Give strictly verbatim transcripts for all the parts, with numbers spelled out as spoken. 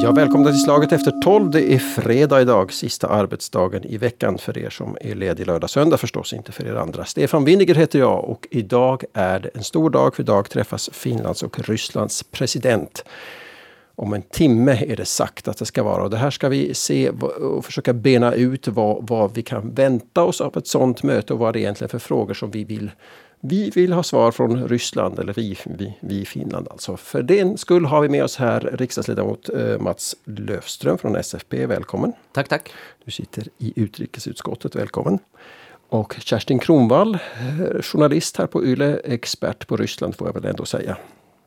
Ja, välkomna till Slaget efter tolv. Det är fredag idag, sista arbetsdagen i veckan för er som är ledig lördag söndag förstås, inte för er andra. Stefan Winniger heter jag och idag är det en stor dag, för idag träffas Finlands och Rysslands president. Om en timme är det sagt att det ska vara, och det här ska vi se och försöka bena ut vad, vad vi kan vänta oss av ett sådant möte och vad det är egentligen för frågor som vi vill Vi vill ha svar från Ryssland, eller vi, vi, vi i Finland alltså. För den skull har vi med oss här riksdagsledamot eh, Mats Löfström från S F P. Välkommen. Tack, tack. Du sitter i utrikesutskottet. Välkommen. Och Kerstin Kronvall, eh, journalist här på Yle, expert på Ryssland får jag väl ändå säga.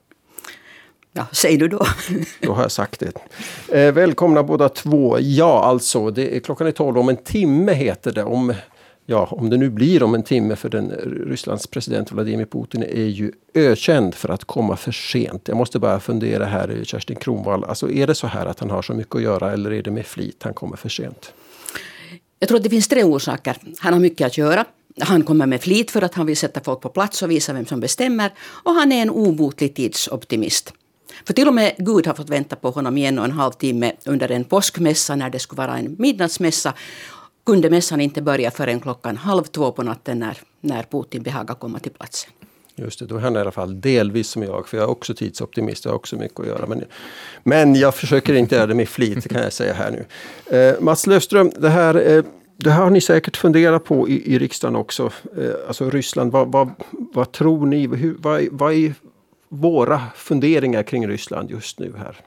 Ja, säger du då. Då har jag sagt det. Eh, välkomna båda två. Ja, alltså, det är, klockan är tolv, om en timme heter det. Om... Ja, om det nu blir om en timme, för den Rysslands president Vladimir Putin är ju ökänd för att komma för sent. Jag måste bara fundera här, Kerstin Kronvall. Alltså är det så här att han har så mycket att göra, eller är det med flit han kommer för sent? Jag tror att det finns tre orsaker. Han har mycket att göra. Han kommer med flit för att han vill sätta folk på plats och visa vem som bestämmer. Och han är en obotlig tidsoptimist. För till och med Gud har fått vänta på honom i en och en halv timme under en påskmässa när det skulle vara en midnattsmässa. Kunde mässan inte börja förrän klockan halv två på natten när, när Putin behagar komma till platsen. Just det, då är han i alla fall delvis som jag, för jag är också tidsoptimist, jag har också mycket att göra. Men, men jag försöker inte göra det med flit, kan jag säga här nu. Eh, Mats Löfström, det här, eh, det här har ni säkert funderat på i, i riksdagen också. Eh, alltså Ryssland, vad, vad, vad tror ni, hur, vad, vad är våra funderingar kring Ryssland just nu här?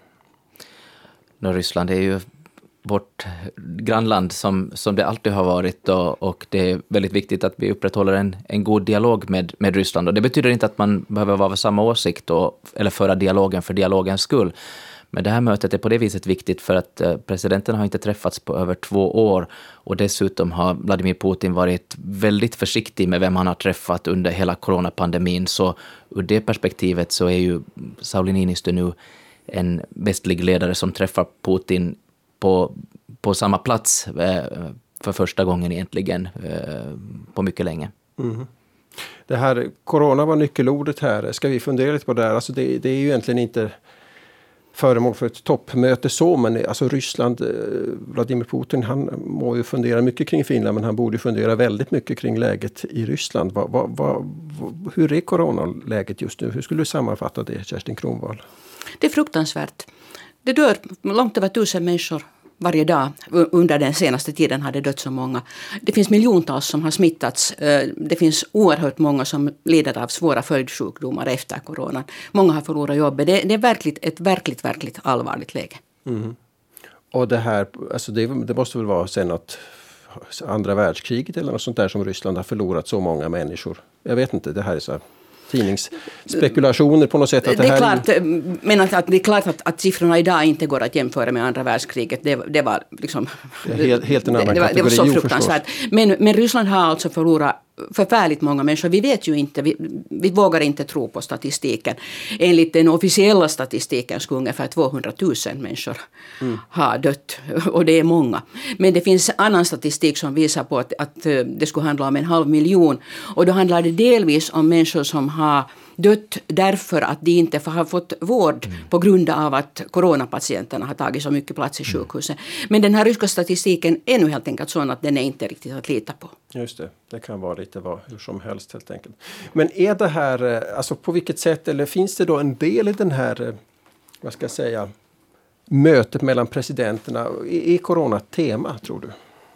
No, Ryssland är ju vårt grannland som, som det alltid har varit, och, och det är väldigt viktigt att vi upprätthåller en, en god dialog med, med Ryssland. Och det betyder inte att man behöver vara av samma åsikt och, eller föra dialogen för dialogens skull. Men det här mötet är på det viset viktigt för att eh, presidenten har inte träffats på över två år, och dessutom har Vladimir Putin varit väldigt försiktig med vem han har träffat under hela coronapandemin. Så ur det perspektivet så är ju Sauli Niinistö nu en västlig ledare som träffar Putin På, på samma plats eh, för första gången egentligen eh, på mycket länge. Mm. Det här, corona var nyckelordet här. Ska vi fundera lite på det här? Alltså det, det är ju egentligen inte föremål för ett toppmöte så, men alltså Ryssland, eh, Vladimir Putin, han må ju fundera mycket kring Finland, men han borde fundera väldigt mycket kring läget i Ryssland. Va, va, va, hur är coronaläget just nu? Hur skulle du sammanfatta det, Kerstin Kronvall? Det är fruktansvärt. Det dör långt över tusen människor varje dag. Under den senaste tiden har det dött så många. Det finns miljontals som har smittats. Det finns oerhört många som lider av svåra följdsjukdomar efter coronan. Många har förlorat jobbet. Det, det är verkligt, ett verkligt, verkligt allvarligt läge. Mm. Och det här, alltså det, det måste väl vara sen att andra världskriget eller något sånt där som Ryssland har förlorat så många människor. Jag vet inte, det här är så här tidningsspekulationer på något sätt. Att det, det är här... klart, men att, att det är klart att, att siffrorna idag inte går att jämföra med andra världskriget. Det, det var liksom... Det är helt, helt en annan det, det, var, det var så kategori, fruktansvärt. Men, men Ryssland har alltså förlorat förfärligt många människor. Vi vet ju inte, vi, vi vågar inte tro på statistiken. Enligt den officiella statistiken skulle ungefär tvåhundratusen människor mm. ha dött. Och det är många. Men det finns annan statistik som visar på att, att det skulle handla om en halv miljon. Och då handlar det delvis om människor som har dött därför att de inte har fått vård mm. på grund av att coronapatienterna har tagit så mycket plats i sjukhuset. Mm. Men den här ryska statistiken är nu helt enkelt sån att den är inte riktigt att lita på. Just det, det kan vara lite vad, hur som helst helt enkelt. Men är det här, alltså på vilket sätt, eller finns det då en del i den här, vad ska jag säga, mötet mellan presidenterna, är corona tema tror du?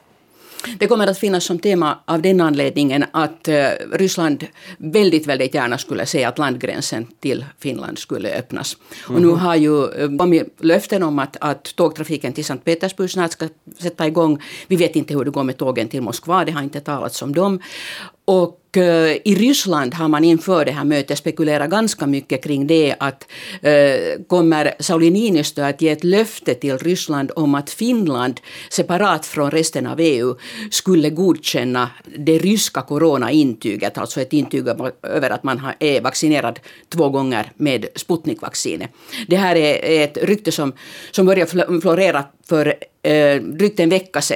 Det kommer att finnas som tema av den anledningen att uh, Ryssland väldigt, väldigt gärna skulle se att landgränsen till Finland skulle öppnas. Mm. Och nu har ju uh, kommit löften om att, att tågtrafiken till Sankt Petersburg snart ska sätta igång. Vi vet inte hur det går med tågen till Moskva, det har inte talats om dem. Och uh, i Ryssland har man inför det här mötet spekulerat ganska mycket kring det att uh, kommer Sauli Niinistö att ge ett löfte till Ryssland om att Finland separat från resten av E U skulle godkänna det ryska coronaintyget, alltså ett intyg över att man är vaccinerad två gånger med Sputnik-vaccinet. Det här är ett rykte som, som började florera för uh, drygt en vecka sedan.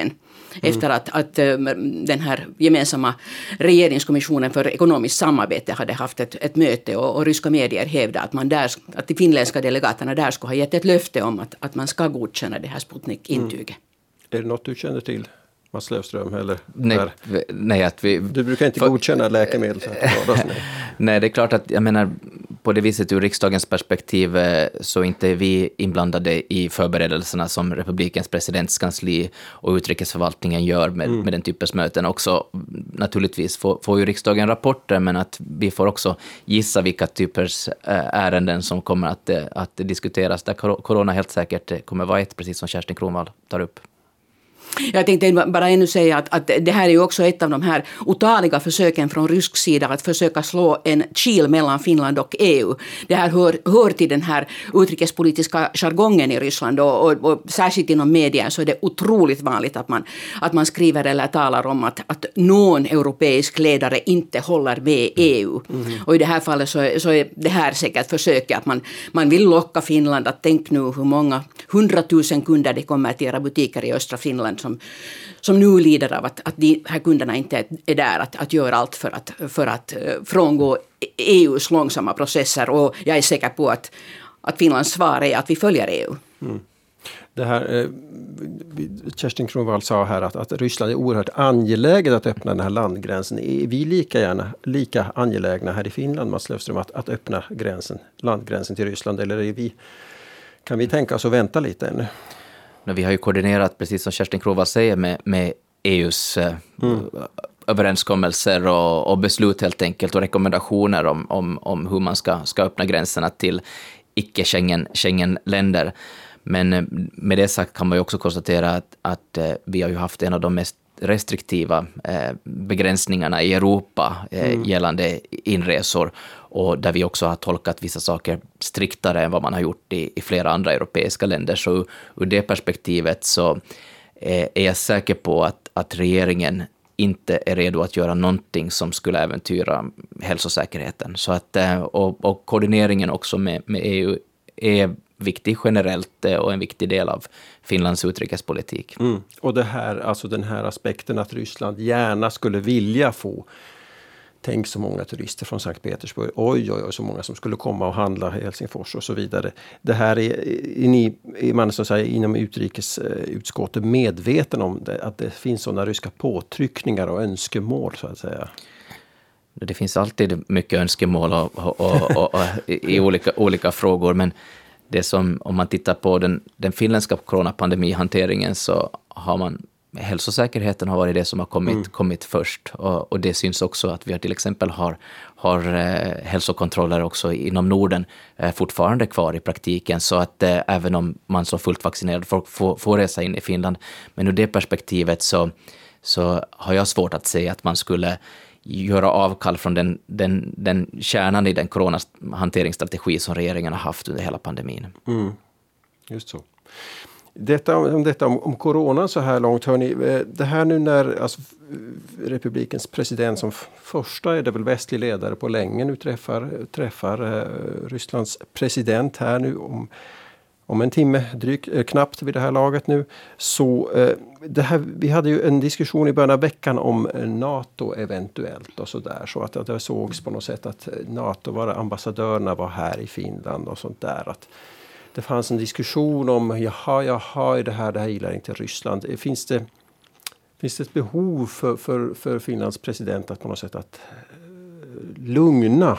mm. efter att, att den här gemensamma regeringskommissionen för ekonomiskt samarbete hade haft ett, ett möte och, och ryska medier hävdade att, man där, att de finländska delegaterna där skulle ha gett ett löfte om att, att man ska godkänna det här Sputnik-intyget. Mm. Är det något du känner till, Mats Löfström? Eller nej, nej, att vi, du brukar inte för, godkänna läkemedel. Så att nej. nej, det är klart att jag menar, på det viset ur riksdagens perspektiv så inte är vi inblandade i förberedelserna som republikens presidentskansli och utrikesförvaltningen gör med, mm. med den typens möten. Också naturligtvis får, får ju riksdagen rapporter, men att vi får också gissa vilka typers ärenden som kommer att, att diskuteras. Där corona helt säkert kommer vara ett, precis som Kerstin Kronvall tar upp. Jag tänkte bara ännu säga att, att det här är ju också ett av de här otaliga försöken från rysk sida att försöka slå en kil mellan Finland och E U. Det här hör, hör till den här utrikespolitiska jargongen i Ryssland och, och, och särskilt inom medien så är det otroligt vanligt att man, att man skriver eller talar om att, att någon europeisk ledare inte håller med E U. Mm. Och i det här fallet så, så är det här säkert försöket att man, man vill locka Finland att tänk nu hur många hundratusen kunder det kommer till era butiker i östra Finland som, som nu lider av att, att de här kunderna inte är där att, att göra allt för att, för att frångå E U:s långsamma processer. Och jag är säker på att, att Finlands svar är att vi följer E U. Mm. Det här, eh, Kerstin Kronvall sa här att, att Ryssland är oerhört angeläget att öppna den här landgränsen. Är vi lika gärna lika angelägna här i Finland, Mats Löfström, att, att öppna gränsen, landgränsen till Ryssland? Eller är vi, kan vi tänka oss att vänta lite ännu? Vi har ju koordinerat, precis som Kerstin Kronvall säger, med, med E U:s mm. överenskommelser och, och beslut helt enkelt och rekommendationer om, om, om hur man ska, ska öppna gränserna till icke-Schengen-länder. Men med det sagt kan man ju också konstatera att, att vi har ju haft en av de mest restriktiva eh, begränsningarna i Europa eh, mm. gällande inresor, och där vi också har tolkat vissa saker striktare än vad man har gjort i, i flera andra europeiska länder. Så ur det perspektivet så eh, är jag säker på att, att regeringen inte är redo att göra någonting som skulle äventyra hälsosäkerheten. Så att, eh, och, och koordineringen också med, med E U är viktig generellt och en viktig del av Finlands utrikespolitik. Mm. Och det här, alltså den här aspekten att Ryssland gärna skulle vilja få, tänk så många turister från Sankt Petersburg, oj oj oj så många som skulle komma och handla i Helsingfors och så vidare. Det här är, är, ni, är man så att säga inom utrikesutskottet medveten om det, att det finns sådana ryska påtryckningar och önskemål så att säga? Det finns alltid mycket önskemål och, och, och, och, och, i olika, olika frågor, men det som, om man tittar på den, den finländska coronapandemihanteringen så har man, hälsosäkerheten har varit det som har kommit, mm. kommit först. Och, och det syns också att vi har till exempel har, har eh, hälsokontroller också inom Norden eh, fortfarande kvar i praktiken. Så att eh, även om man som fullt vaccinerad folk får, får resa in i Finland. Men ur det perspektivet så, så har jag svårt att se att man skulle göra avkall från den, den, den kärnan i den coronahanteringsstrategi som regeringen har haft under hela pandemin. Mm. Just så. Detta om, detta om, om corona så här långt, hörni, det här nu när alltså, republikens president som första är det väl västlig ledare på länge nu träffar, träffar eh, Rysslands president här nu om Om en timme, drygt, eh, knappt vid det här laget nu. Så eh, det här, vi hade ju en diskussion i början av veckan om eh, NATO eventuellt och sådär. Så att, att det sågs på något sätt att NATO, var, ambassadörerna var här i Finland och sånt där. Att det fanns en diskussion om, jaha, jaha, det här, det här gillar inte Ryssland. Finns det, finns det ett behov för, för, för Finlands president att på något sätt att eh, lugna,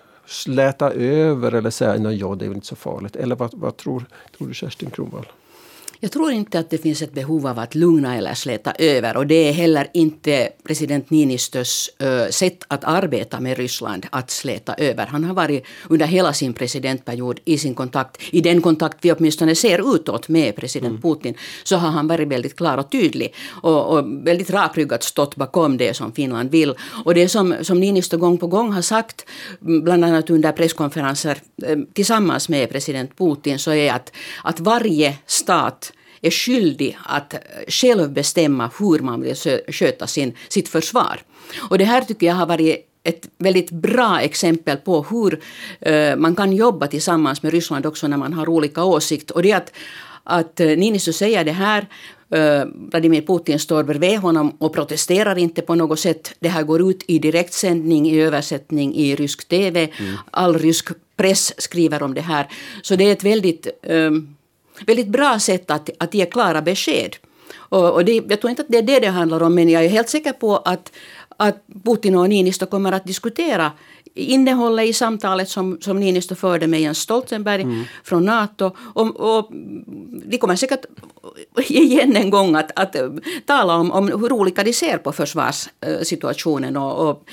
släta över eller säga nej, ja, det är väl inte så farligt. Eller vad, vad tror, tror du, Kerstin Kronvall? Jag tror inte att det finns ett behov av att lugna eller släta över. Och det är heller inte president Niinistös uh, sätt att arbeta med Ryssland att släta över. Han har varit under hela sin presidentperiod i sin kontakt, i den kontakt vi åtminstone ser utåt med president mm. Putin, så har han varit väldigt klar och tydlig. Och, och väldigt rakryggat stått bakom det som Finland vill. Och det som, som Niinistö gång på gång har sagt, bland annat under presskonferenser eh, tillsammans med president Putin, så är att, att varje stat är skyldig att själv bestämma hur man vill sköta sin, sitt försvar. Och det här tycker jag har varit ett väldigt bra exempel på hur uh, man kan jobba tillsammans med Ryssland också när man har olika åsikter. Och det är att, att Niinistö säger det här, Vladimir Putin står bredvid honom och protesterar inte på något sätt. Det här går ut i direktsändning, i översättning i rysk tv. Mm. All rysk press skriver om det här. Så det är ett väldigt, um, väldigt bra sätt att, att ge klara besked. Och, och det, jag tror inte att det är det det handlar om, men jag är helt säker på att, att Putin och Niinistö kommer att diskutera innehållet i samtalet som, som Niinistö förde med Jens Stoltenberg mm. från NATO. Och, och de kommer säkert igen en gång att, att tala om, om hur olika de ser på försvarssituationen. Och, och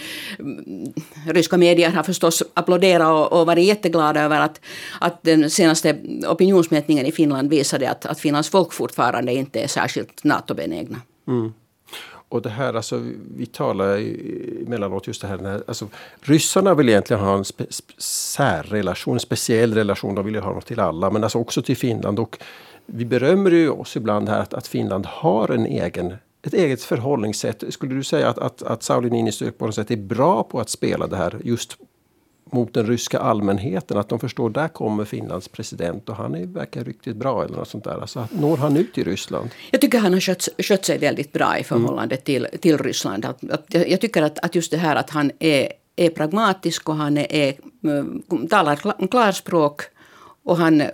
ryska medier har förstås applåderat och, och varit jätteglada över att, att den senaste opinionsmätningen i Finland visade att, att Finlands folk fortfarande inte är särskilt NATO-benägna. Mm. Och det här, alltså, vi talar emellanåt just det här, alltså, ryssarna vill egentligen ha en spe, spe, särrelation, en speciell relation, de vill ju ha något till alla, men alltså också till Finland. Och vi berömmer ju oss ibland här att, att Finland har en egen, ett eget förhållningssätt. Skulle du säga att, att, att Sauli Niinistö på något sätt är bra på att spela det här just mot den ryska allmänheten, att de förstår där kommer Finlands president och han är, verkar riktigt bra eller något sånt där. Alltså når han ut i Ryssland? Jag tycker han har skött, skött sig väldigt bra i förhållande mm. till, till Ryssland. Att, att, jag tycker att, att just det här att han är, är pragmatisk och han är, är, talar klarspråk och han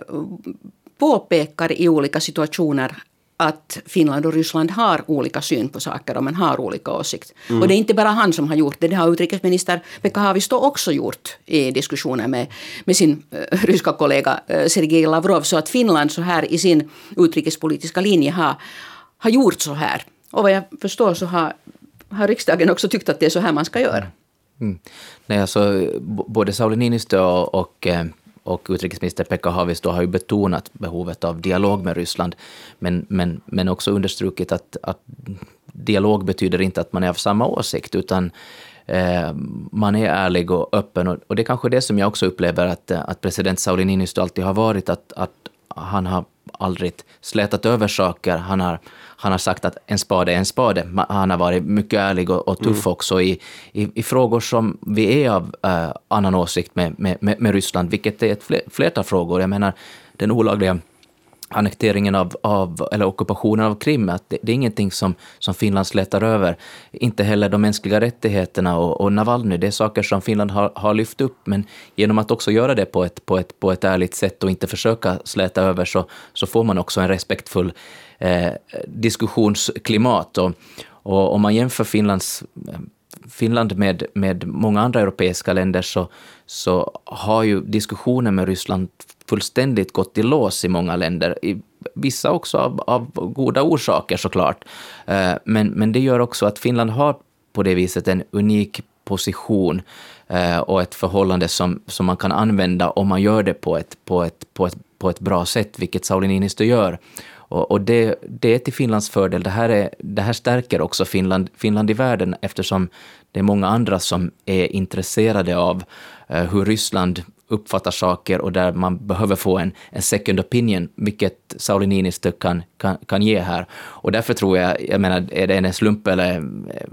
påpekar i olika situationer att Finland och Ryssland har olika syn på saker och man har olika åsikt. Mm. Och det är inte bara han som har gjort det. Det har utrikesminister Pekka Haavisto också gjort i diskussioner med, med sin uh, ryska kollega uh, Sergej Lavrov. Så att Finland så här i sin utrikespolitiska linje har, har gjort så här. Och vad jag förstår så har, har riksdagen också tyckt att det är så här man ska göra. Mm. Nej, alltså, b- både Sauli Niinistö och, och eh... och utrikesminister Pekka Haavisto har ju betonat behovet av dialog med Ryssland, men, men, men också understrukit att, att dialog betyder inte att man är av samma åsikt, utan eh, man är ärlig och öppen. Och, och det är kanske det som jag också upplever att, att president Sauli Niinistö alltid har varit, att, att han har aldrig slätat över saker. Han har, han har sagt att en spade är en spade. Han har varit mycket ärlig och, och tuff mm. också i, i, i frågor som vi är av äh, annan åsikt med, med, med Ryssland, vilket är ett fler, flertal frågor. Jag menar, den olagliga annekteringen av, av eller ockupationen av Krim, att det, det är ingenting som, som Finland slätar över. Inte heller de mänskliga rättigheterna och, och Navalny, det är saker som Finland har, har lyft upp, men genom att också göra det på ett, på ett, på ett ärligt sätt och inte försöka släta över, så, så får man också en respektfull eh, diskussionsklimat. Och, och om man jämför Finlands Finland med, med många andra europeiska länder, så, så har ju diskussionen med Ryssland fullständigt gått i lås i många länder. I vissa också av, av goda orsaker såklart. Eh, men, men det gör också att Finland har på det viset en unik position eh, och ett förhållande som, som man kan använda om man gör det på ett, på ett, på ett, på ett bra sätt, vilket Sauli Niinistö gör. Och, och det, det är till Finlands fördel. Det här, är, det här stärker också Finland, Finland i världen, eftersom det är många andra som är intresserade av eh, hur Ryssland uppfattar saker och där man behöver få en, en second opinion, vilket Sauli Niinistö kan, kan, kan ge här. Och därför tror jag, jag menar, är det en slump eller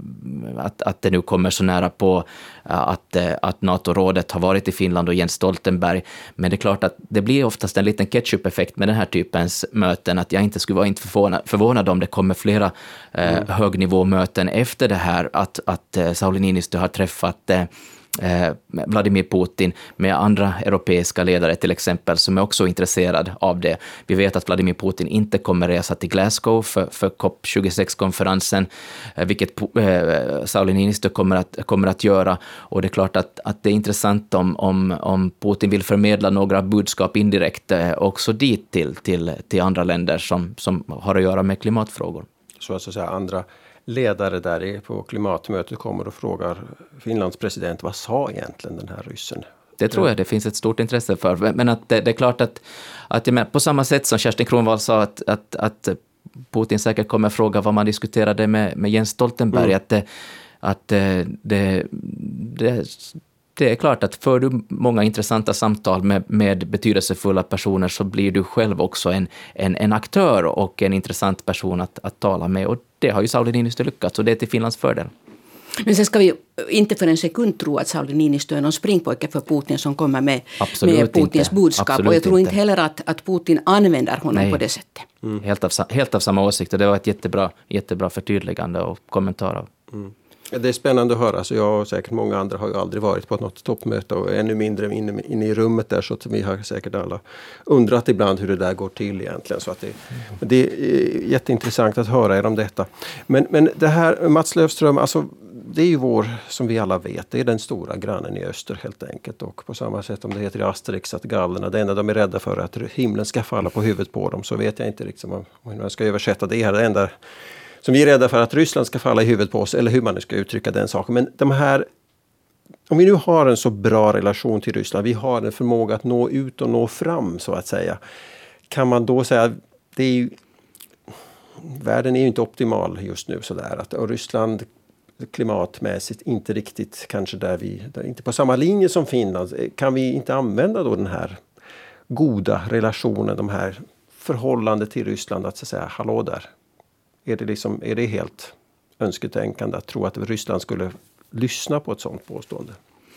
att, att det nu kommer så nära på att, att NATO-rådet har varit i Finland och Jens Stoltenberg. Men det är klart att det blir oftast en liten ketchup-effekt med den här typens möten, att jag inte skulle vara inte förvånad, förvånad om det kommer flera mm. eh, högnivåmöten efter det här, att, att eh, Sauli Niinistö har träffat eh, Eh, Vladimir Putin med andra europeiska ledare till exempel, som är också intresserad av det. Vi vet att Vladimir Putin inte kommer resa till Glasgow för, för C O P tjugosex-konferensen, eh, vilket eh, Sauli Niinistö kommer att, kommer att göra. Och det är klart att, att det är intressant om, om, om Putin vill förmedla några budskap indirekt eh, också dit till, till, till andra länder som, som har att göra med klimatfrågor. Så att säga andra ledare där på klimatmötet kommer och frågar Finlands president, vad sa egentligen den här ryssen? Det tror jag det finns ett stort intresse för. Men att det, det är klart att, att jag menar, på samma sätt som Kerstin Kronwall sa att, att, att Putin säkert kommer fråga vad man diskuterade med, med Jens Stoltenberg, mm. att, det, att det, det, det, det är klart att för du många intressanta samtal med, med betydelsefulla personer, så blir du själv också en, en, en aktör och en intressant person att, att tala med. Och det har ju Sauli Niinistö lyckats, och det är till Finlands fördel. Men sen ska vi inte för en sekund tro att Sauli Niinistö är någon springpojke för Putin som kommer med, med Putins inte. budskap. Absolut och jag tror inte inte heller att, att Putin använder honom Nej. på det sättet. Mm. Helt, av, helt av samma åsikt, och det var ett jättebra, jättebra förtydligande och kommentar. Mm. Det är spännande att höra. Så jag och säkert många andra har ju aldrig varit på något toppmöte och ännu mindre inne, inne i rummet där, så att vi har säkert alla undrat ibland hur det där går till egentligen. Så att det, mm. det är jätteintressant att höra er om detta. Men, men det här, Mats Löfström, alltså, det är ju vår, som vi alla vet, det är den stora grannen i öster helt enkelt. Och på samma sätt om det heter i Asterix att gallerna, det enda de är rädda för är att himlen ska falla på huvudet på dem, så vet jag inte riktigt om jag ska översätta det här. Det enda som vi är rädda för att Ryssland ska falla i huvudet på oss, eller hur man nu ska uttrycka den saken. Men de här, om vi nu har en så bra relation till Ryssland, vi har en förmåga att nå ut och nå fram så att säga. Kan man då säga, det är ju, världen är ju inte optimal just nu sådär, att och Ryssland klimatmässigt inte riktigt kanske där vi, där inte på samma linje som Finland. Kan vi inte använda då den här goda relationen, de här förhållandet till Ryssland, att så att säga, hallå där. Är det, liksom, är det helt önsketänkande att tro att Ryssland skulle lyssna på ett sådant påstående?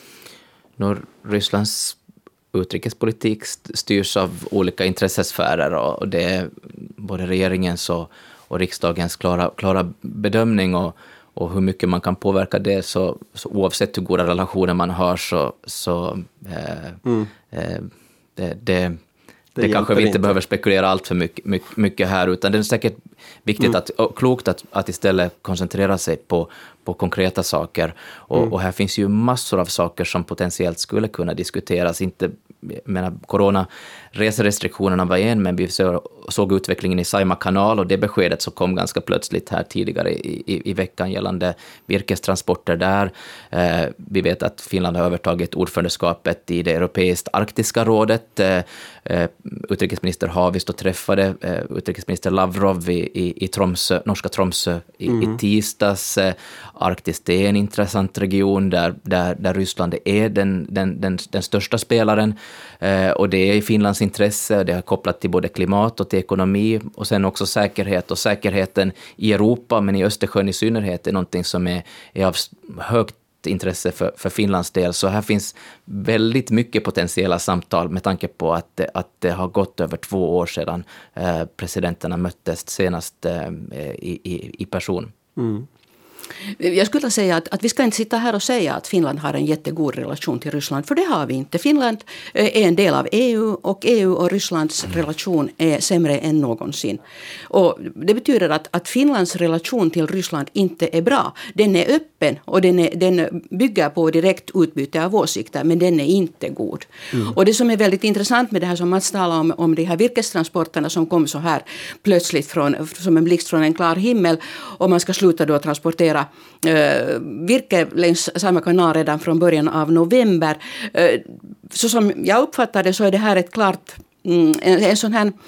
När Rysslands utrikespolitik styrs av olika intressesfärer, och det är både regeringens och, och riksdagens klara, klara bedömning och, och hur mycket man kan påverka det, så, så oavsett hur goda relationer man har så, så eh, mm. eh, det, det Det, det kanske vi inte, inte behöver spekulera allt för mycket, mycket, mycket här, utan det är säkert viktigt mm. att, och klokt att, att istället koncentrera sig på, på konkreta saker. Och, mm. och här finns ju massor av saker som potentiellt skulle kunna diskuteras. Inte, menar, corona-reserestriktionerna var en, men vi så, såg utvecklingen i Saimaa kanal, och det beskedet som kom ganska plötsligt här tidigare i, i, i veckan gällande virkestransporter där. Eh, vi vet att Finland har övertagit ordförandeskapet i det europeiska arktiska rådet. Eh, eh, utrikesminister Haavisto träffade eh, utrikesminister Lavrov i, i, i Tromsö, norska Tromsö i, mm. i tisdags. Eh, Arktis är en intressant region där, där, där Ryssland är den, den, den, den största spelaren, eh, och det är i Finlands intresse. Det är kopplat till både klimat och till ekonomi, och sen också säkerhet, och säkerheten i Europa men i Östersjön i synnerhet är någonting som är, är av högt intresse för, för Finlands del. Så här finns väldigt mycket potentiella samtal med tanke på att, att det har gått över två år sedan eh, presidenterna möttes senast eh, i, i, i person. Mm. Jag skulle säga att, att vi ska inte sitta här och säga att Finland har en jättegod relation till Ryssland, för det har vi inte. Finland är en del av E U, och E U och Rysslands relation är sämre än någonsin. Och det betyder att, att Finlands relation till Ryssland inte är bra. Den är öppen och den, är, den bygger på direkt utbyte av åsikter, men den är inte god. Mm. Och det som är väldigt intressant med det här som Mats talade om, om de här virkestransporterna som kom så här plötsligt från, som en blixt från en klar himmel, och man ska sluta då transportera Uh, virke längs Saimaa kanal redan från början av november. Uh, så som jag uppfattar det så är det här ett klart mm, en, en sån här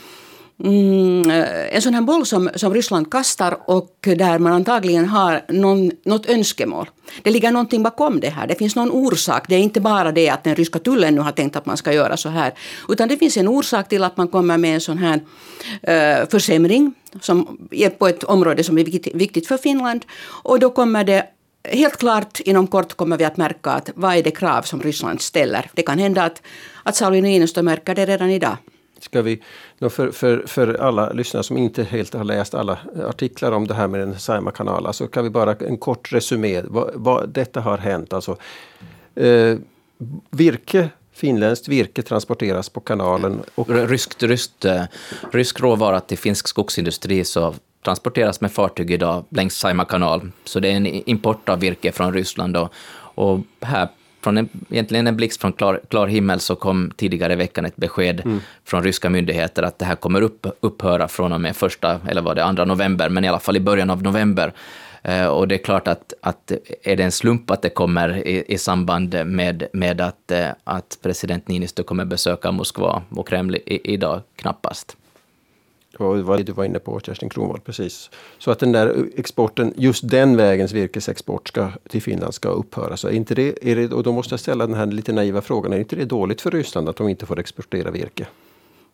Mm, en sån här boll som, som Ryssland kastar, och där man antagligen har någon, något önskemål. Det ligger någonting bakom det här. Det finns någon orsak. Det är inte bara det att den ryska tullen nu har tänkt att man ska göra så här, utan det finns en orsak till att man kommer med en sån här uh, försämring som är på ett område som är viktigt, viktigt för Finland. Och då kommer det helt klart, inom kort kommer vi att märka att vad är det krav som Ryssland ställer. Det kan hända att, att Sauli Niinistö märker det redan idag. Ska vi, för, för, för alla lyssnare som inte helt har läst alla artiklar om det här med den Saimaa kanal, alltså kan vi bara en kort resumé vad, vad detta har hänt. Alltså, eh, virke, finländskt virke transporteras på kanalen. Och ryskt, ryskt, rysk råvara till finsk skogsindustri så transporteras med fartyg idag längs Saimaa kanal. Så det är en import av virke från Ryssland. Och, och här från en, egentligen en blixt från klar, klar himmel så kom tidigare i veckan ett besked mm. från ryska myndigheter att det här kommer upp, upphöra från och med första, eller var det andra november, men i alla fall i början av november. Uh, och det är klart att, att är det en slump att det kommer i, i samband med, med att, uh, att president Niinistö kommer besöka Moskva och Kreml i, idag? Knappast. Och vad du var inne på, Kerstin Kronwall, precis. Så att den där exporten, just den vägens virkesexport ska, till Finland ska upphöra. Så är inte det, är det, och då måste jag ställa den här lite naiva frågan, är inte det dåligt för Ryssland att de inte får exportera virke?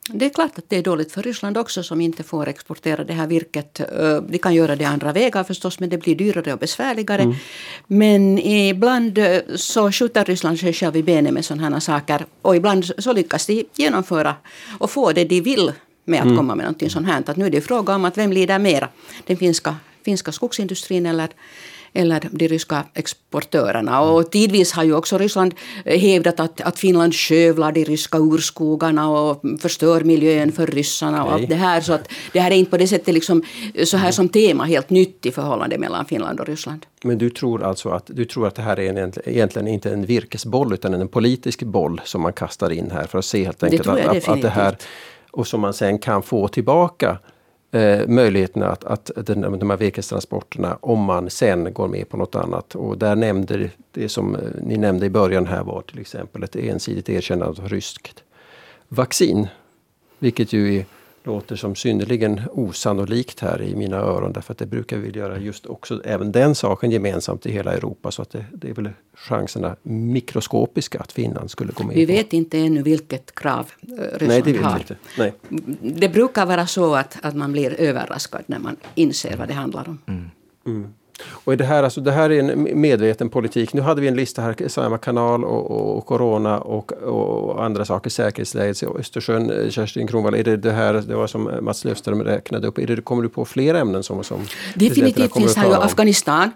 Det är klart att det är dåligt för Ryssland också som inte får exportera det här virket. De kan göra det andra vägar förstås, men det blir dyrare och besvärligare. Mm. Men ibland så skjuter Ryssland sig själv i benen med sådana här saker. Och ibland så lyckas de genomföra och få det de vill med att mm. komma med någonting sånt här. Att nu är det fråga om att vem lider mera. Den finska, finska skogsindustrin eller eller de ryska exportörerna. Och tidvis har ju också Ryssland hävdat att, att Finland skövlar de ryska urskogarna och förstör miljön för ryssarna och allt det här. Så att det här är inte på det sättet liksom, så här som tema helt nytt i förhållande mellan Finland och Ryssland. Men du tror alltså att, du tror att det här är en, egentligen inte en virkesboll utan en politisk boll som man kastar in här för att se helt enkelt det att, att, att det här, och som man sen kan få tillbaka Eh, möjligheterna att, att den, de här virkestransporterna om man sen går med på något annat. Och där nämnde det som ni nämnde i början här var till exempel ett ensidigt erkännande av ryskt vaccin. Vilket ju är, låter som synnerligen osannolikt här i mina öron därför att det brukar vi göra just också även den saken gemensamt i hela Europa så att det, det är väl chanserna mikroskopiska att Finland skulle gå med vi på. Vi vet inte ännu vilket krav Ryssland Nej, det vet har. Inte. Nej. Det brukar vara så att, att man blir överraskad när man inser vad det handlar om. Mm. Mm. Och det här, alltså, det här är en medveten politik. Nu hade vi en lista här, samma kanal och, och, och corona och, och andra saker, säkerhetsläget i Östersjön. Kerstin Kronvall, är det det här, det var som Mats Löfström räknade upp, är det, kommer du på fler ämnen som... som definitivt finns här ju Afghanistan.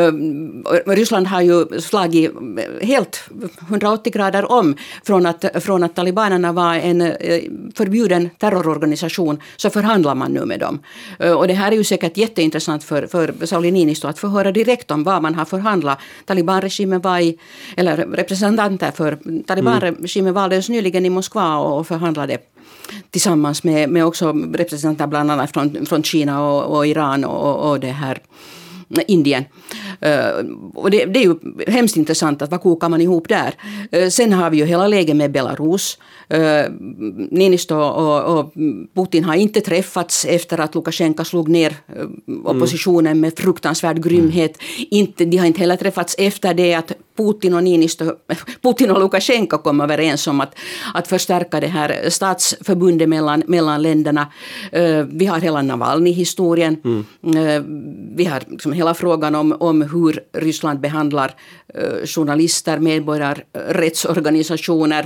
Mm. Uh, Ryssland har ju slagit helt hundraåttio grader om från att, från att talibanerna var en uh, förbjuden terrororganisation så förhandlar man nu med dem. Uh, och det här är ju säkert jätteintressant för, för Sauli Niinistö att få höra direkt om vad man har förhandlat. Talibanregimen var i, eller representanter för Talibanregimen valdes nyligen i Moskva och förhandlade tillsammans med, med också representanter bland annat från, från Kina och, och Iran och, och det här Indien. Uh, och det, det är ju hemskt intressant att vad kokar man ihop där. Uh, sen har vi ju hela läget med Belarus. Uh, Niinistö och, och Putin har inte träffats efter att Lukasjenko slog ner uh, oppositionen mm. med fruktansvärd grymhet. Mm. Inte, de har inte heller träffats efter det att Putin och Niinistö, Putin och Lukasjenko kom överens om att, att förstärka det här statsförbundet mellan, mellan länderna. Uh, vi har hela Navalny-historien. Mm. Uh, vi har liksom hela frågan om, om hur Ryssland behandlar uh, journalister, medborgarrättsorganisationer,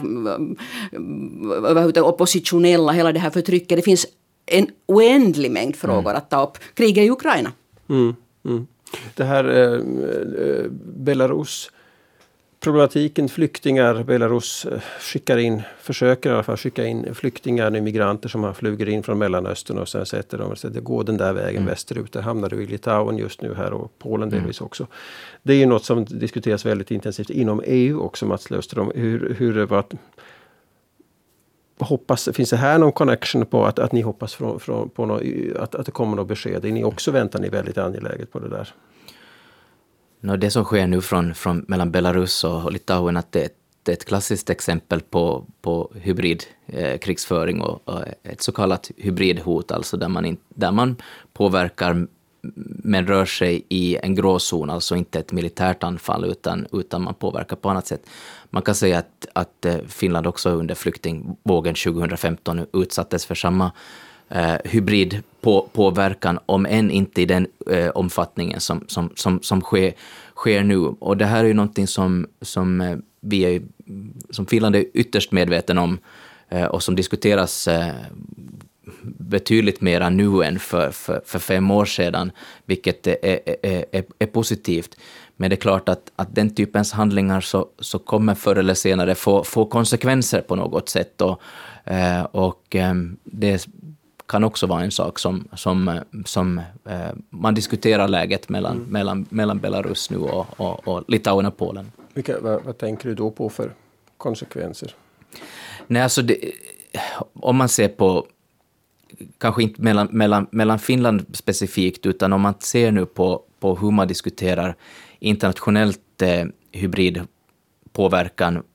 uh, oppositionella, hela det här förtrycket. Det finns en oändlig mängd frågor mm. att ta upp. Kriget i Ukraina. Mm. Mm. Det här uh, uh, Belarus problematiken, flyktingar, Belarus skickar in, försöker i alla fall skicka in flyktingar, migranter som har flugit in från Mellanöstern och sen sätter de, så det går den där vägen mm. västerut. Det hamnar du i Litauen just nu här och Polen delvis mm. också. Det är ju något som diskuteras väldigt intensivt inom E U också, Mats Löfström. Hur, hur det var, hoppas, finns det här någon connection på att, att ni hoppas från, från, på något, att, att det kommer något besked? Är ni också väntar ni väldigt angeläget på det där? No, det som sker nu från, från mellan Belarus och Litauen att det, det är ett klassiskt exempel på, på hybridkrigsföring eh, och, och ett så kallat hybridhot, alltså där man, in, där man påverkar men rör sig i en gråzon, alltså inte ett militärt anfall utan, utan man påverkar på annat sätt. Man kan säga att, att Finland också under flyktingvågen tjugohundrafemton utsattes för samma eh, hybridpåverkan, om än inte i den eh, omfattningen som, som, som, som sker, sker nu. Och det här är ju någonting som, som, eh, vi är, som Finland är ytterst medveten om eh, och som diskuteras eh, betydligt mer nu än för, för, för fem år sedan, vilket är, är, är, är positivt. Men det är klart att, att den typens handlingar så, så kommer förr eller senare få, få konsekvenser på något sätt. Och, eh, och eh, det kan också vara en sak som, som, som eh, man diskuterar läget mellan, mm. mellan, mellan Belarus nu och, och, och Litauen och Polen. Vilka, vad, vad tänker du då på för konsekvenser? Nej, alltså det, om man ser på kanske inte mellan, mellan, mellan Finland specifikt, utan om man ser nu på, på hur man diskuterar internationellt eh, hybridpåverkan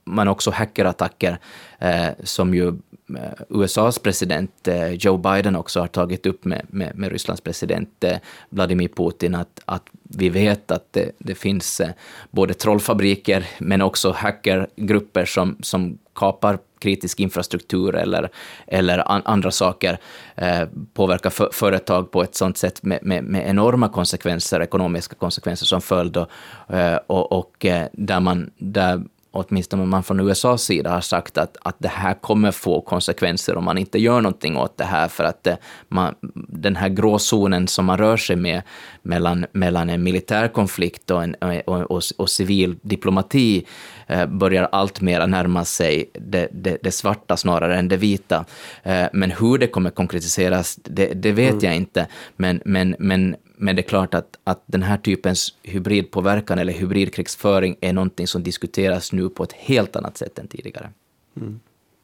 man också hackerattacker eh, som ju U S A:s president eh, Joe Biden också har tagit upp med, med, med Rysslands president eh, Vladimir Putin, att, att vi vet att det, det finns eh, både trollfabriker men också hackergrupper som, som kapar kritisk infrastruktur eller, eller an, andra saker, eh, påverkar för, företag på ett sådant sätt med, med, med enorma konsekvenser, ekonomiska konsekvenser som följd, och, eh, och, och där man där åtminstone man från U S A:s sida har sagt att, att det här kommer få konsekvenser om man inte gör någonting åt det här, för att det, man, den här gråzonen som man rör sig med mellan, mellan en militär konflikt och, en, och, och, och civil diplomati eh, börjar allt mer närma sig det, det, det svarta snarare än det vita. Eh, men hur det kommer konkretiseras, det, det vet mm. jag inte, men, men, men Men det är klart att, att den här typens hybridpåverkan eller hybridkrigsföring är någonting som diskuteras nu på ett helt annat sätt än tidigare. Mm.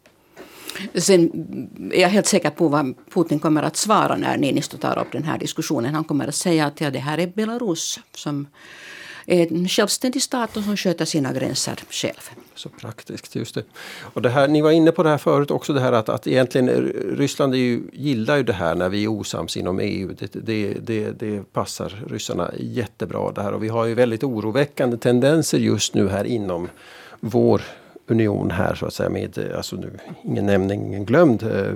Sen är jag helt säker på vad Putin kommer att svara när Niinistö tar upp den här diskussionen. Han kommer att säga att ja, det här är Belarus som är en självständig stat och som sköter sina gränser själv. Så praktiskt, just det. Och det här, ni var inne på det här förut också, det här att, att egentligen Ryssland är ju, gillar ju det här när vi är osams inom E U. Det, det, det, det passar ryssarna jättebra det här, och vi har ju väldigt oroväckande tendenser just nu här inom vår union här så att säga, med, alltså nu, ingen nämning, ingen glömd, uh,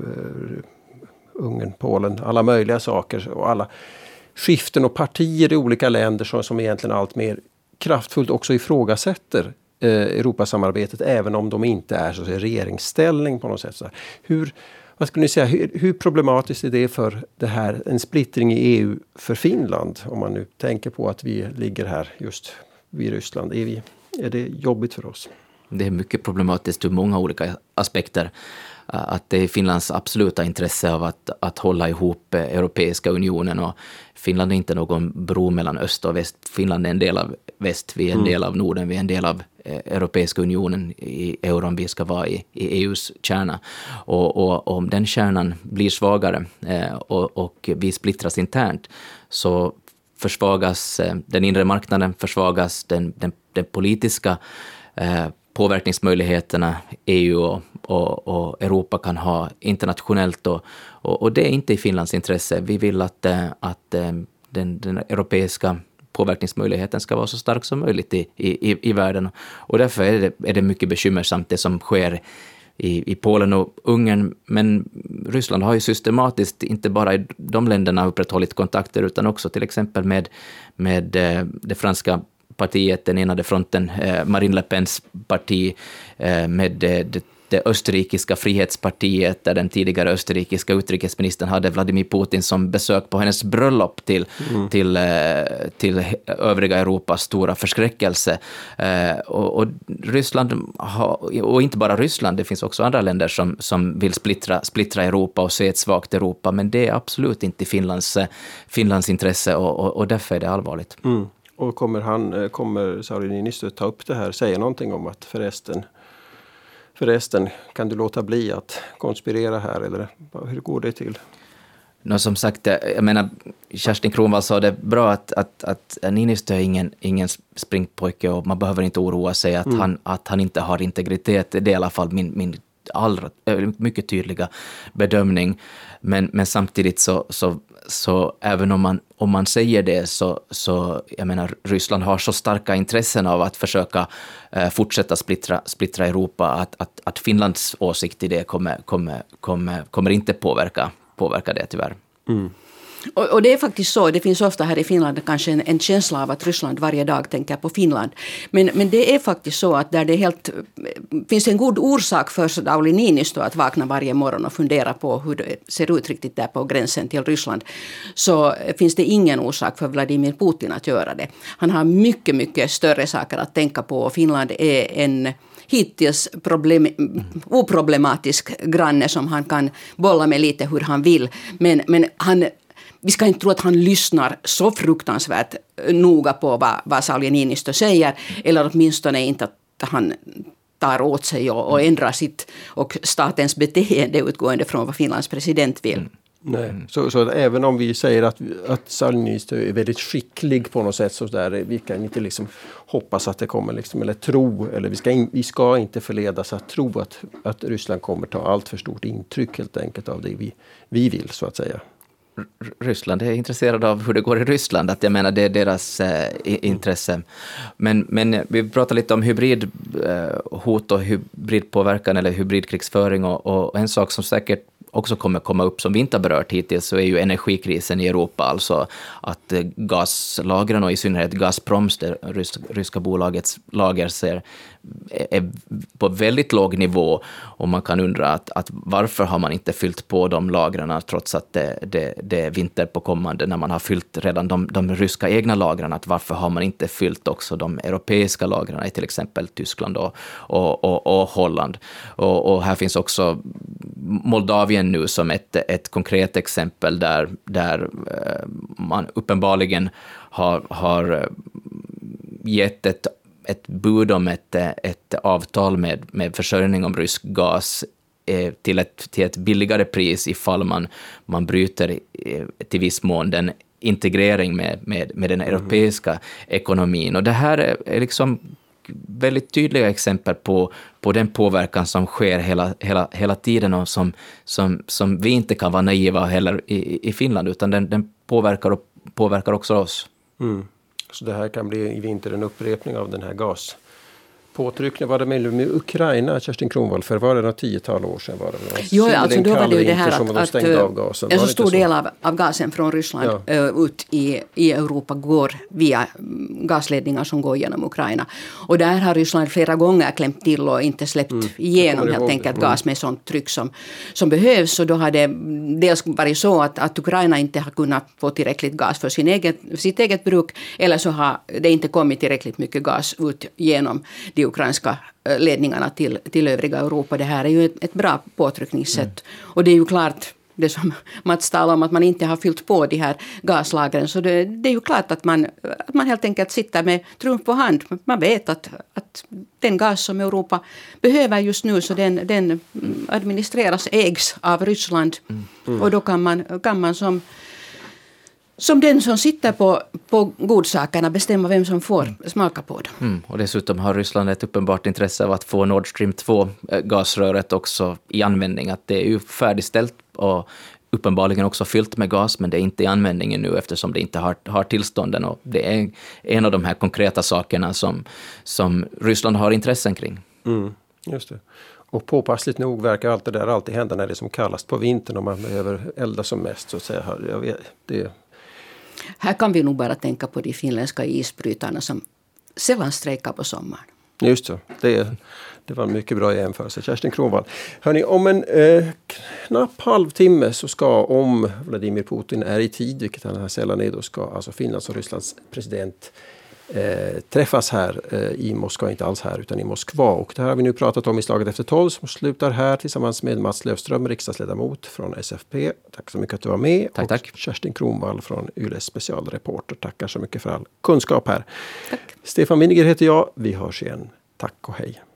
Ungern, Polen, alla möjliga saker och alla skiften och partier i olika länder som, som egentligen allt mer kraftfullt också ifrågasätter eh, Europasamarbetet, även om de inte är så att säga regeringsställning på något sätt. Så hur, vad skulle ni säga, hur, hur problematiskt är det för det här, en splittring i E U för Finland, om man nu tänker på att vi ligger här just vid Ryssland? Är, vi, är det jobbigt för oss? Det är mycket problematiskt ur många olika aspekter. Att det är Finlands absoluta intresse av att, att hålla ihop Europeiska unionen, och Finland är inte någon bro mellan öst och väst. Finland är en del av väst, vi är en mm. del av Norden, vi är en del av Europeiska unionen i euron, vi ska vara i, i E U:s kärna. Och, och, och om den kärnan blir svagare eh, och, och vi splittras internt, så försvagas eh, den inre marknaden, försvagas den, den, den politiska eh, påverkningsmöjligheterna E U och, och, och Europa kan ha internationellt, och, och, och det är inte i Finlands intresse. Vi vill att, att den, den europeiska påverkningsmöjligheten ska vara så stark som möjligt i, i, i världen, och därför är det, är det mycket bekymmersamt det som sker i, i Polen och Ungern, men Ryssland har ju systematiskt inte bara i de länderna upprätthållit kontakter utan också till exempel med, med det franska partiet, den enade fronten, eh, Marine Le Pens parti, eh, med det, det, det österrikiska frihetspartiet, där den tidigare österrikiska utrikesministern hade Vladimir Putin som besök på hennes bröllop till, mm. till, eh, till övriga Europas stora förskräckelse. Eh, och, och Ryssland, har, och inte bara Ryssland, det finns också andra länder som, som vill splittra, splittra Europa och se ett svagt Europa, men det är absolut inte Finlands, Finlands intresse, och, och, och därför är det allvarligt. Mm. Och kommer han, kommer Sauli Niinistö ta upp det här, säga någonting om att förresten, förresten kan du låta bli att konspirera här, eller hur går det till? No, som sagt, jag menar, Kerstin Kronvall sa det bra att, att, att Niinistö är ingen, ingen springpojke, och man behöver inte oroa sig att, mm. han, att han inte har integritet. Det är i alla fall min, min allra, mycket tydliga bedömning. Men, men samtidigt så, så, så även om man, om man säger det, så, så jag menar, Ryssland har så starka intressen av att försöka eh, fortsätta splittra, splittra Europa, att, att, att Finlands åsikt i det kommer, kommer, kommer, kommer inte påverka, påverka det tyvärr. Mm. Och, och det är faktiskt så, det finns ofta här i Finland kanske en, en känsla av att Ryssland varje dag tänker på Finland. Men, men det är faktiskt så att där det helt, finns en god orsak för Sauli Niinistö att vakna varje morgon och fundera på hur det ser ut riktigt där på gränsen till Ryssland, så finns det ingen orsak för Vladimir Putin att göra det. Han har mycket, mycket större saker att tänka på, och Finland är en hittills problem, oproblematisk granne som han kan bolla med lite hur han vill. Men, men han, vi ska inte tro att han lyssnar så fruktansvärt noga på vad, vad Sauli Niinistö säger, eller åtminstone inte att han tar åt sig och, och ändrar sitt och statens beteende utgående från vad Finlands president vill. Nej. Mm. Så, så även om vi säger att, att Sauli Niinistö är väldigt skicklig på något sätt, så där, vi kan inte liksom hoppas att det kommer, liksom, eller tro, eller vi ska, in, vi ska inte förledas att tro att, att Ryssland kommer ta allt för stort intryck helt enkelt av det vi, vi vill, så att säga. Ryssland är intresserad av hur det går i Ryssland, att jag menar det är deras eh, intresse. Men, men vi pratar lite om hybridhot eh, och hybridpåverkan eller hybridkrigsföring, och, och en sak som säkert också kommer komma upp som vi inte har berört hittills, så är ju energikrisen i Europa, alltså att eh, gaslagren och i synnerhet Gazproms, det ryska, ryska bolagets lager, ser, är på väldigt låg nivå, och man kan undra att, att varför har man inte fyllt på de lagren trots att det, det, det är vinter på kommande, när man har fyllt redan de, de ryska egna lagren, att varför har man inte fyllt också de europeiska lagren i till exempel Tyskland och, och, och, och Holland. Och, och här finns också Moldavien nu som ett, ett konkret exempel där, där man uppenbarligen har, har gett ett ett bud om ett, ett avtal med, med försörjning om rysk gas eh, till, ett, till ett billigare pris ifall man, man bryter eh, till viss mån den integrering med, med, med den europeiska mm. ekonomin. Och det här är, är liksom väldigt tydliga exempel på, på den påverkan som sker hela, hela, hela tiden, och som, som, som vi inte kan vara naiva heller i, i Finland, utan den, den påverkar, och, påverkar också oss. Mm. Så det här kan bli i vinter en upprepning av den här gaspåtryckningen. Var det med, med Ukraina, Kerstin Kronwall, för var det några tiotal år sedan? Var det jo, alltså då var det ju det här att, att, att av gasen. en så stor så? del av, av gasen från Ryssland ja. uh, ut i, i Europa går via gasledningar som går genom Ukraina. Och där har Ryssland flera gånger klämt till och inte släppt mm. igenom helt enkelt mm. gas med sånt tryck som, som behövs. Och då har det dels varit så att, att Ukraina inte har kunnat få tillräckligt gas för sin eget, sitt eget bruk, eller så har det inte kommit tillräckligt mycket gas ut genom de ukrainska ledningarna till, till övriga Europa. Det här är ju ett, ett bra påtryckningssätt. Mm. Och det är ju klart, det som Mats talar om, att man inte har fyllt på de här gaslagren. Så det, det är ju klart att man, att man helt enkelt sitter med trumf på hand. Man vet att, att den gas som Europa behöver just nu, så den, den administreras, ägs av Ryssland. Mm. Mm. Och då kan man, kan man som Som den som sitter på, på godsakerna bestämma vem som får mm. smaka på dem. Mm. Och dessutom har Ryssland ett uppenbart intresse av att få Nord Stream två-gasröret också i användning. Att det är ju färdigställt och uppenbarligen också fyllt med gas, men det är inte i användningen nu eftersom det inte har, har tillstånden. Och det är en av de här konkreta sakerna som, som Ryssland har intressen kring. Mm. Just det. Och påpassligt nog verkar allt det där alltid hända när det är som kallast på vintern och man behöver elda som mest. Så att säga. Jag vet, det Här kan vi nog bara tänka på de finländska isbrytarna som sällan strejkar på sommaren. Just så. Det, det var en mycket bra jämförelse. Kerstin Kronwall. Hörrni, om en eh, knapp halvtimme så ska, om Vladimir Putin är i tid, vilket han sällan är, då ska alltså Finlands och Rysslands president Eh, träffas här eh, i Moskva, inte alls här utan i Moskva. Och det här har vi nu pratat om i Slaget efter tolv som slutar här tillsammans med Mats Löfström, riksdagsledamot från S F P. Tack så mycket att du var med. Tack, och tack. Kerstin Kronwall från Y L E specialreporter. Tackar så mycket för all kunskap här. Tack. Stefan Winiger heter jag. Vi hörs igen. Tack och hej.